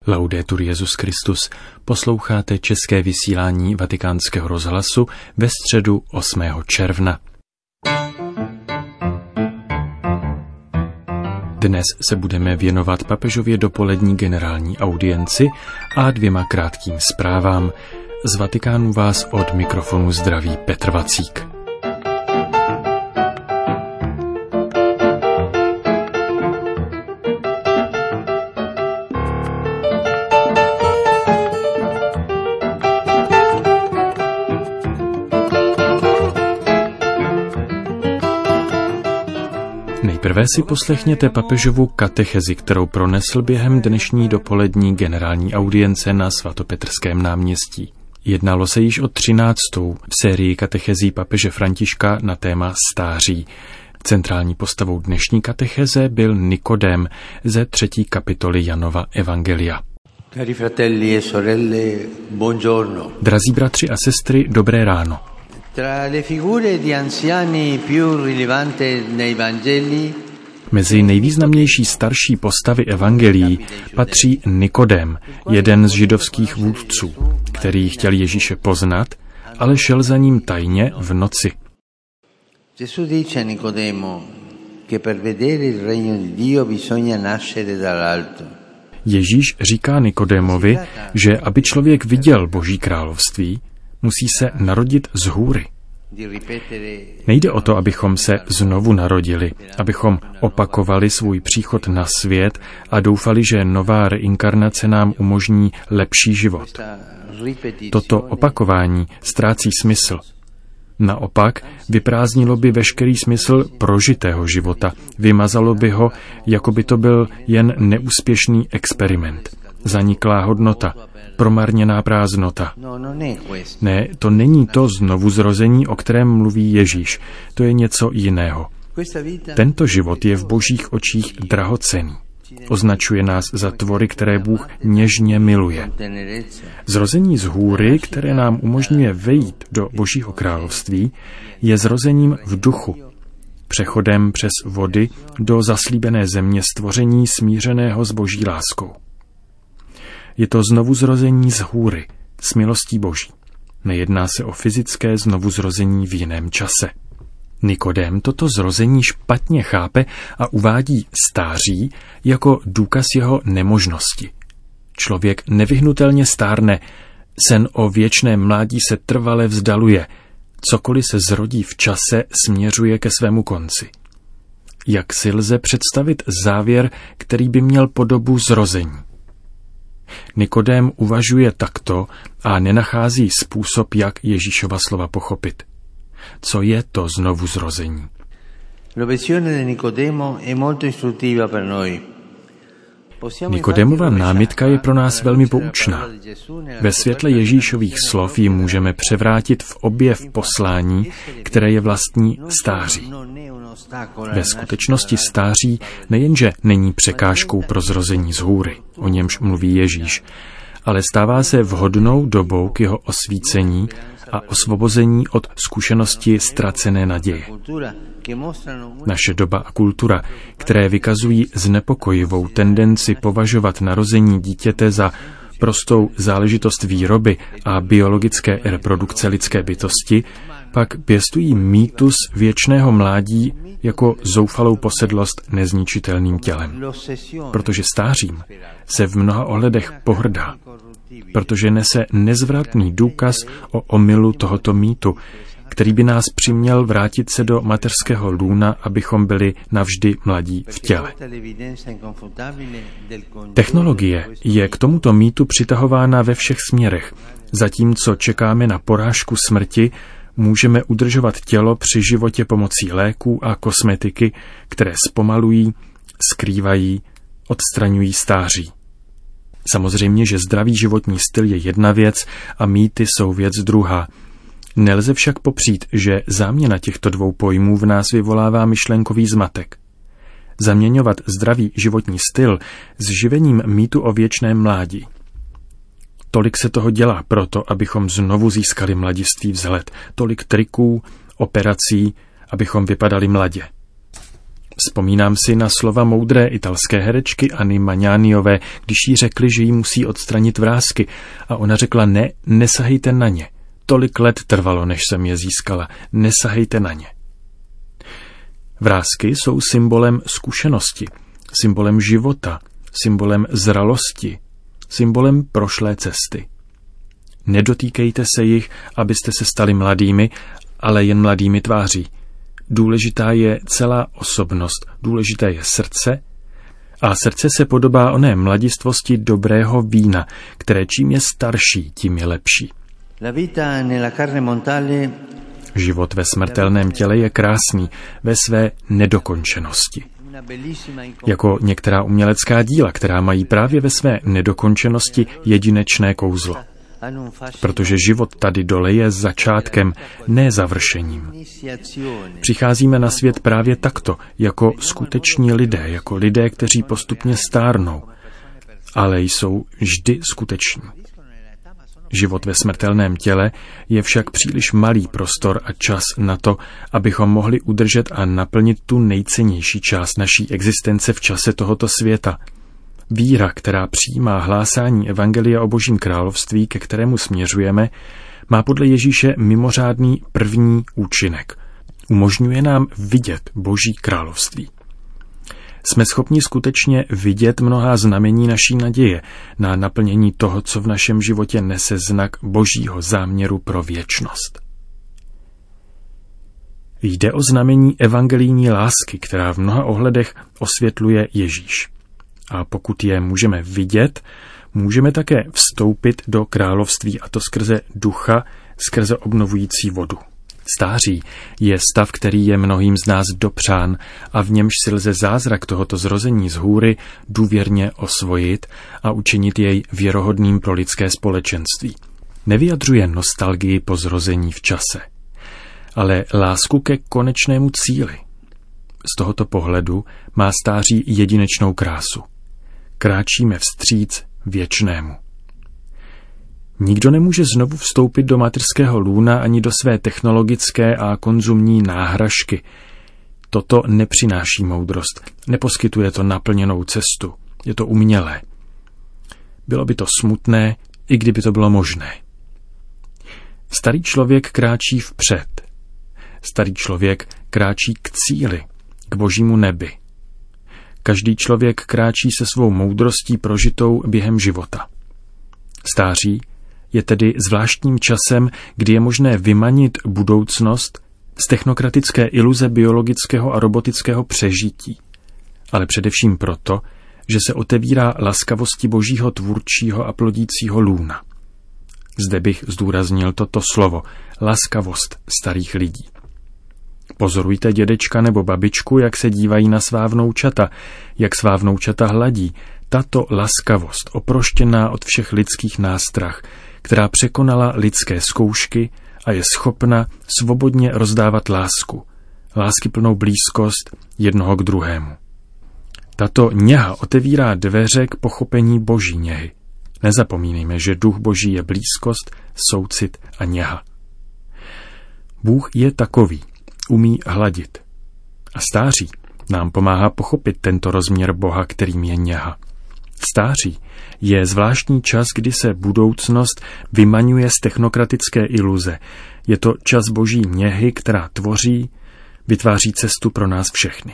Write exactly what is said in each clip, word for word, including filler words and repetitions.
Laudetur Jesus Christus, posloucháte české vysílání Vatikánského rozhlasu ve středu osmého června. Dnes se budeme věnovat papežově dopolední generální audienci a dvěma krátkým zprávám. Z Vatikánu vás od mikrofonu zdraví Petr Vacík. Nejprve si poslechněte papežovu katechezi, kterou pronesl během dnešní dopolední generální audience na svatopetrském náměstí. Jednalo se již o třináctou v sérii katechezí papeže Františka na téma stáří. Centrální postavou dnešní katecheze byl Nikodém ze třetí kapitoly Janova Evangelia. Cari fratelli e sorelle, buongiorno. Drazí bratři a sestry, dobré ráno. Tra le figure di anziani più rilevanti nei Vangeli Mezi nejvýznamnější starší postavy evangelií patří Nikodém, jeden z židovských vůdců, který chtěl Ježíše poznat, ale šel za ním tajně v noci. Gesù dice a Nicodemo che per vedere il regno di Dio bisogna nascere dall'alto. Ježíš říká Nikodémovi, že aby člověk viděl Boží království, musí se narodit z hůry. Nejde o to, abychom se znovu narodili, abychom opakovali svůj příchod na svět a doufali, že nová reinkarnace nám umožní lepší život. Toto opakování ztrácí smysl. Naopak vyprázdnilo by veškerý smysl prožitého života, vymazalo by ho, jako by to byl jen neúspěšný experiment. Zaniklá hodnota, promarněná prázdnota. Ne, to není to znovuzrození, o kterém mluví Ježíš. To je něco jiného. Tento život je v Božích očích drahocenný. Označuje nás za tvory, které Bůh něžně miluje. Zrození z hůry, které nám umožňuje vejít do Božího království, je zrozením v duchu. Přechodem přes vody do zaslíbené země stvoření smířeného s Boží láskou. Je to znovuzrození z hůry, s milostí Boží. Nejedná se o fyzické znovuzrození v jiném čase. Nikodém toto zrození špatně chápe a uvádí stáří jako důkaz jeho nemožnosti. Člověk nevyhnutelně stárne, sen o věčném mládí se trvale vzdaluje, cokoliv se zrodí v čase, směřuje ke svému konci. Jak si lze představit závěr, který by měl podobu zrození? Nikodém uvažuje takto a nenachází způsob, jak Ježíšova slova pochopit. Co je to znovuzrození? Nikodémova námitka je pro nás velmi poučná. Ve světle Ježíšových slov ji můžeme převrátit v objev poslání, které je vlastní stáří. Ve skutečnosti stáří nejenže není překážkou pro zrození z hůry, o němž mluví Ježíš, ale stává se vhodnou dobou k jeho osvícení a osvobození od zkušenosti ztracené naděje. Naše doba a kultura, které vykazují znepokojivou tendenci považovat narození dítěte za prostou záležitost výroby a biologické reprodukce lidské bytosti, pak pěstují mýtus věčného mládí jako zoufalou posedlost nezničitelným tělem. Protože stářím se v mnoha ohledech pohrdá, protože nese nezvratný důkaz o omylu tohoto mýtu, který by nás přiměl vrátit se do mateřského lůna, abychom byli navždy mladí v těle. Technologie je k tomuto mýtu přitahována ve všech směrech. Zatímco čekáme na porážku smrti, můžeme udržovat tělo při životě pomocí léků a kosmetiky, které zpomalují, skrývají, odstraňují stáří. Samozřejmě, že zdravý životní styl je jedna věc a mýty jsou věc druhá. Nelze však popřít, že záměna těchto dvou pojmů v nás vyvolává myšlenkový zmatek. Zaměňovat zdravý životní styl s živením mýtu o věčném mládí. Tolik se toho dělá proto, abychom znovu získali mladiství vzhled. Tolik triků, operací, abychom vypadali mladě. Vzpomínám si na slova moudré italské herečky Anny Magnaniové, když jí řekli, že jí musí odstranit vrásky. A ona řekla, ne, nesahejte na ně. Tolik let trvalo, než jsem je získala. Nesahejte na ně. Vrásky jsou symbolem zkušenosti, symbolem života, symbolem zralosti, symbolem prošlé cesty. Nedotýkejte se jich, abyste se stali mladými, ale jen mladými tváří. Důležitá je celá osobnost, důležité je srdce a srdce se podobá oné mladistvosti dobrého vína, které čím je starší, tím je lepší. Život ve smrtelném těle je krásný ve své nedokončenosti. Jako některá umělecká díla, která mají právě ve své nedokončenosti jedinečné kouzlo. Protože život tady dole je začátkem, ne završením. Přicházíme na svět právě takto, jako skuteční lidé, jako lidé, kteří postupně stárnou, ale jsou vždy skuteční. Život ve smrtelném těle je však příliš malý prostor a čas na to, abychom mohli udržet a naplnit tu nejcennější část naší existence v čase tohoto světa. Víra, která přijímá hlásání evangelia o Božím království, ke kterému směřujeme, má podle Ježíše mimořádný první účinek. Umožňuje nám vidět Boží království. Jsme schopni skutečně vidět mnohá znamení naší naděje na naplnění toho, co v našem životě nese znak Božího záměru pro věčnost. Jde o znamení evangelijní lásky, která v mnoha ohledech osvětluje Ježíš. A pokud je můžeme vidět, můžeme také vstoupit do království, a to skrze ducha, skrze obnovující vodu. Stáří je stav, který je mnohým z nás dopřán a v němž si lze zázrak tohoto zrození z hůry důvěrně osvojit a učinit jej věrohodným pro lidské společenství. Nevyjadřuje nostalgii po zrození v čase, ale lásku ke konečnému cíli. Z tohoto pohledu má stáří jedinečnou krásu. Kráčíme vstříc věčnému. Nikdo nemůže znovu vstoupit do mateřského lůna ani do své technologické a konzumní náhražky. Toto nepřináší moudrost, neposkytuje to naplněnou cestu, je to umělé. Bylo by to smutné, i kdyby to bylo možné. Starý člověk kráčí vpřed. Starý člověk kráčí k cíli, k Božímu nebi. Každý člověk kráčí se svou moudrostí prožitou během života. Stáří je tedy zvláštním časem, kdy je možné vymanit budoucnost z technokratické iluze biologického a robotického přežití, ale především proto, že se otevírá laskavosti Božího tvůrčího a plodícího lůna. Zde bych zdůraznil toto slovo, laskavost starých lidí. Pozorujte dědečka nebo babičku, jak se dívají na svá vnoučata, jak svá vnoučata hladí. Tato laskavost, oproštěná od všech lidských nástrah, která překonala lidské zkoušky a je schopna svobodně rozdávat lásku, láskyplnou blízkost jednoho k druhému. Tato něha otevírá dveře k pochopení Boží něhy. Nezapomínejme, že duch Boží je blízkost, soucit a něha. Bůh je takový, umí hladit. A stáří nám pomáhá pochopit tento rozměr Boha, kterým je něha. Stáří je zvláštní čas, kdy se budoucnost vymaňuje z technokratické iluze. Je to čas Boží něhy, která tvoří, vytváří cestu pro nás všechny.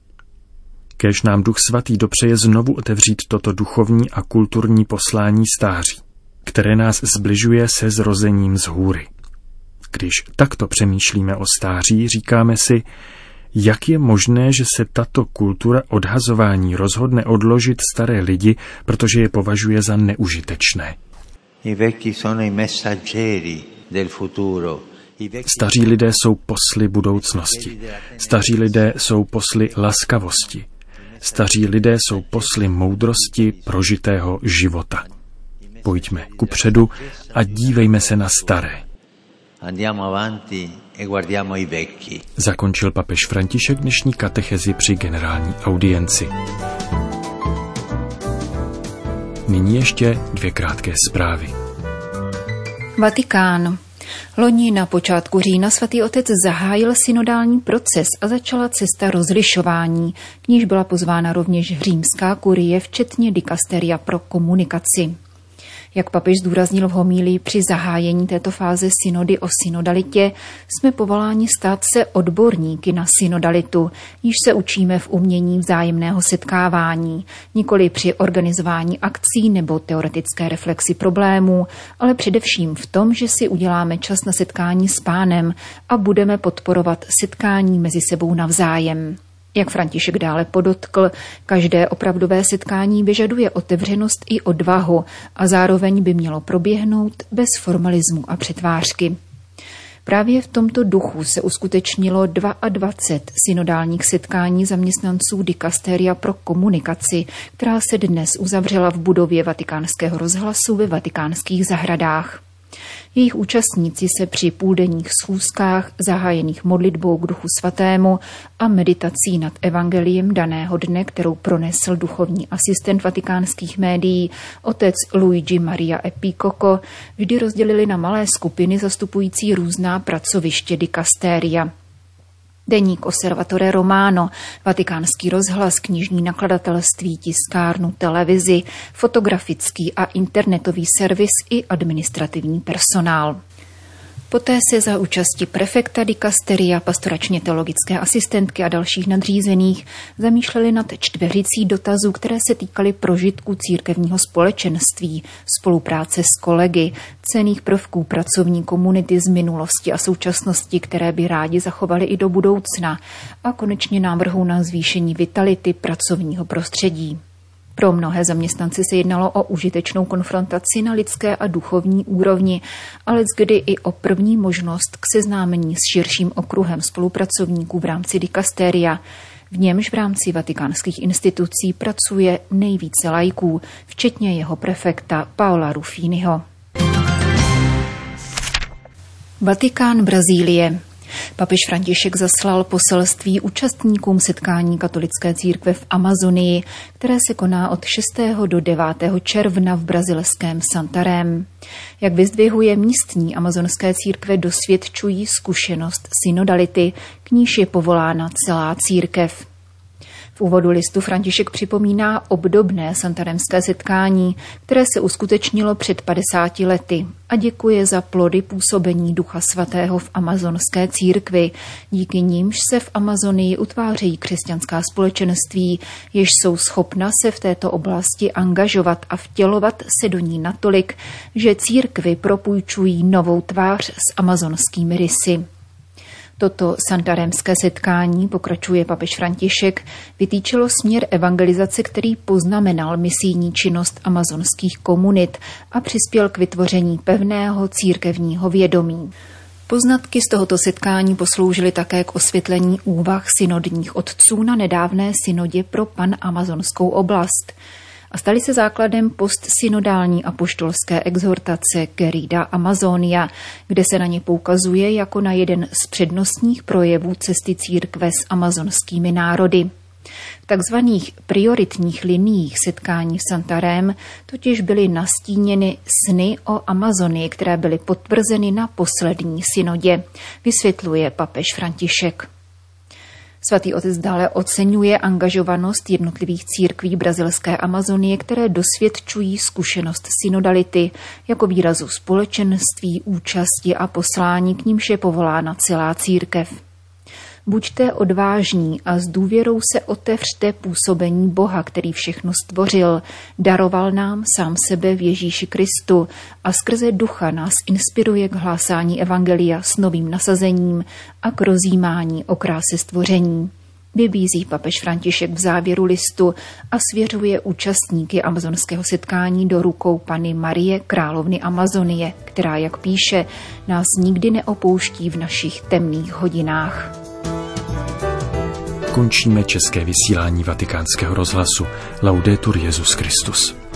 Kéž nám Duch Svatý dopřeje znovu otevřít toto duchovní a kulturní poslání stáří, které nás zbližuje se zrozením z hůry. Když takto přemýšlíme o stáří, říkáme si, jak je možné, že se tato kultura odhazování rozhodne odložit staré lidi, protože je považuje za neužitečné. Staří lidé jsou posly budoucnosti. Staří lidé jsou posly laskavosti. Staří lidé jsou posly moudrosti prožitého života. Pojďme kupředu a dívejme se na staré. Andiamo avanti e guardiamo i vecchi. Zakončil papež František dnešní katechezi při generální audienci. Nyní ještě dvě krátké zprávy. Vatikán. Loni na počátku října svatý otec zahájil synodální proces a začala cesta rozlišování, k níž byla pozvána rovněž římská kurie, včetně dikasteria pro komunikaci. Jak papež zdůraznil v homílii při zahájení této fáze synody o synodalitě, jsme povoláni stát se odborníky na synodalitu, již se učíme v umění vzájemného setkávání, nikoli při organizování akcí nebo teoretické reflexi problémů, ale především v tom, že si uděláme čas na setkání s Pánem a budeme podporovat setkání mezi sebou navzájem. Jak František dále podotkl, každé opravdové setkání vyžaduje otevřenost i odvahu a zároveň by mělo proběhnout bez formalismu a přetvářky. Právě v tomto duchu se uskutečnilo dvacet dva synodálních setkání zaměstnanců dikasteria pro komunikaci, která se dnes uzavřela v budově Vatikánského rozhlasu ve Vatikánských zahradách. Jejich účastníci se při půldenních schůzkách zahájených modlitbou k Duchu Svatému a meditací nad evangeliem daného dne, kterou pronesl duchovní asistent vatikánských médií, otec Luigi Maria Epicoco, vždy rozdělili na malé skupiny zastupující různá pracoviště dikasteria. Deník Osservatore Romano, Vatikánský rozhlas, knižní nakladatelství, tiskárnu, televizi, fotografický a internetový servis i administrativní personál. Poté se za účasti prefekta dikasteria, pastoračně teologické asistentky a dalších nadřízených zamýšleli nad čtveřicí dotazů, které se týkaly prožitků církevního společenství, spolupráce s kolegy, cenných prvků pracovní komunity z minulosti a současnosti, které by rádi zachovali i do budoucna, a konečně návrhů na zvýšení vitality pracovního prostředí. Pro mnohé zaměstnance se jednalo o užitečnou konfrontaci na lidské a duchovní úrovni, ale kdy i o první možnost k seznámení s širším okruhem spolupracovníků v rámci dikasteria. V němž v rámci vatikánských institucí pracuje nejvíce laiků, včetně jeho prefekta Paola Ruffiniho. Vatikán, Brazílie. Papež František zaslal poselství účastníkům setkání katolické církve v Amazonii, které se koná od šestého do devátého června v brazilském Santarém. Jak vyzdvihuje místní amazonské církve, dosvědčují zkušenost synodality, k níž je povolána celá církev. V úvodu listu František připomíná obdobné santarémské setkání, které se uskutečnilo před padesáti lety, a děkuje za plody působení Ducha Svatého v amazonské církvi, díky nímž se v Amazonii utvářejí křesťanská společenství, jež jsou schopna se v této oblasti angažovat a vtělovat se do ní natolik, že církvi propůjčují novou tvář s amazonskými rysy. Toto santarémské setkání, pokračuje papež František, vytýčilo směr evangelizace, který poznamenal misijní činnost amazonských komunit a přispěl k vytvoření pevného církevního vědomí. Poznatky z tohoto setkání posloužily také k osvětlení úvah synodních otců na nedávné synodě pro panamazonskou oblast a staly se základem postsynodální apoštolské exhortace Querida Amazonia, kde se na ně poukazuje jako na jeden z přednostních projevů cesty církve s amazonskými národy. V takzvaných prioritních liniích setkání v Santarém totiž byly nastíněny sny o Amazonii, které byly potvrzeny na poslední synodě, vysvětluje papež František. Svatý otec dále oceňuje angažovanost jednotlivých církví brazilské Amazonie, které dosvědčují zkušenost synodality jako výrazu společenství, účasti a poslání, k nímž je povolána celá církev. Buďte odvážní a s důvěrou se otevřte působení Boha, který všechno stvořil, daroval nám sám sebe v Ježíši Kristu a skrze ducha nás inspiruje k hlásání evangelia s novým nasazením a k rozjímání o kráse stvoření. Vybízí papež František v závěru listu a svěřuje účastníky amazonského setkání do rukou Panny Marie, královny Amazonie, která, jak píše, nás nikdy neopouští v našich temných hodinách. Končíme české vysílání Vatikánského rozhlasu. Laudetur Jesus Christus.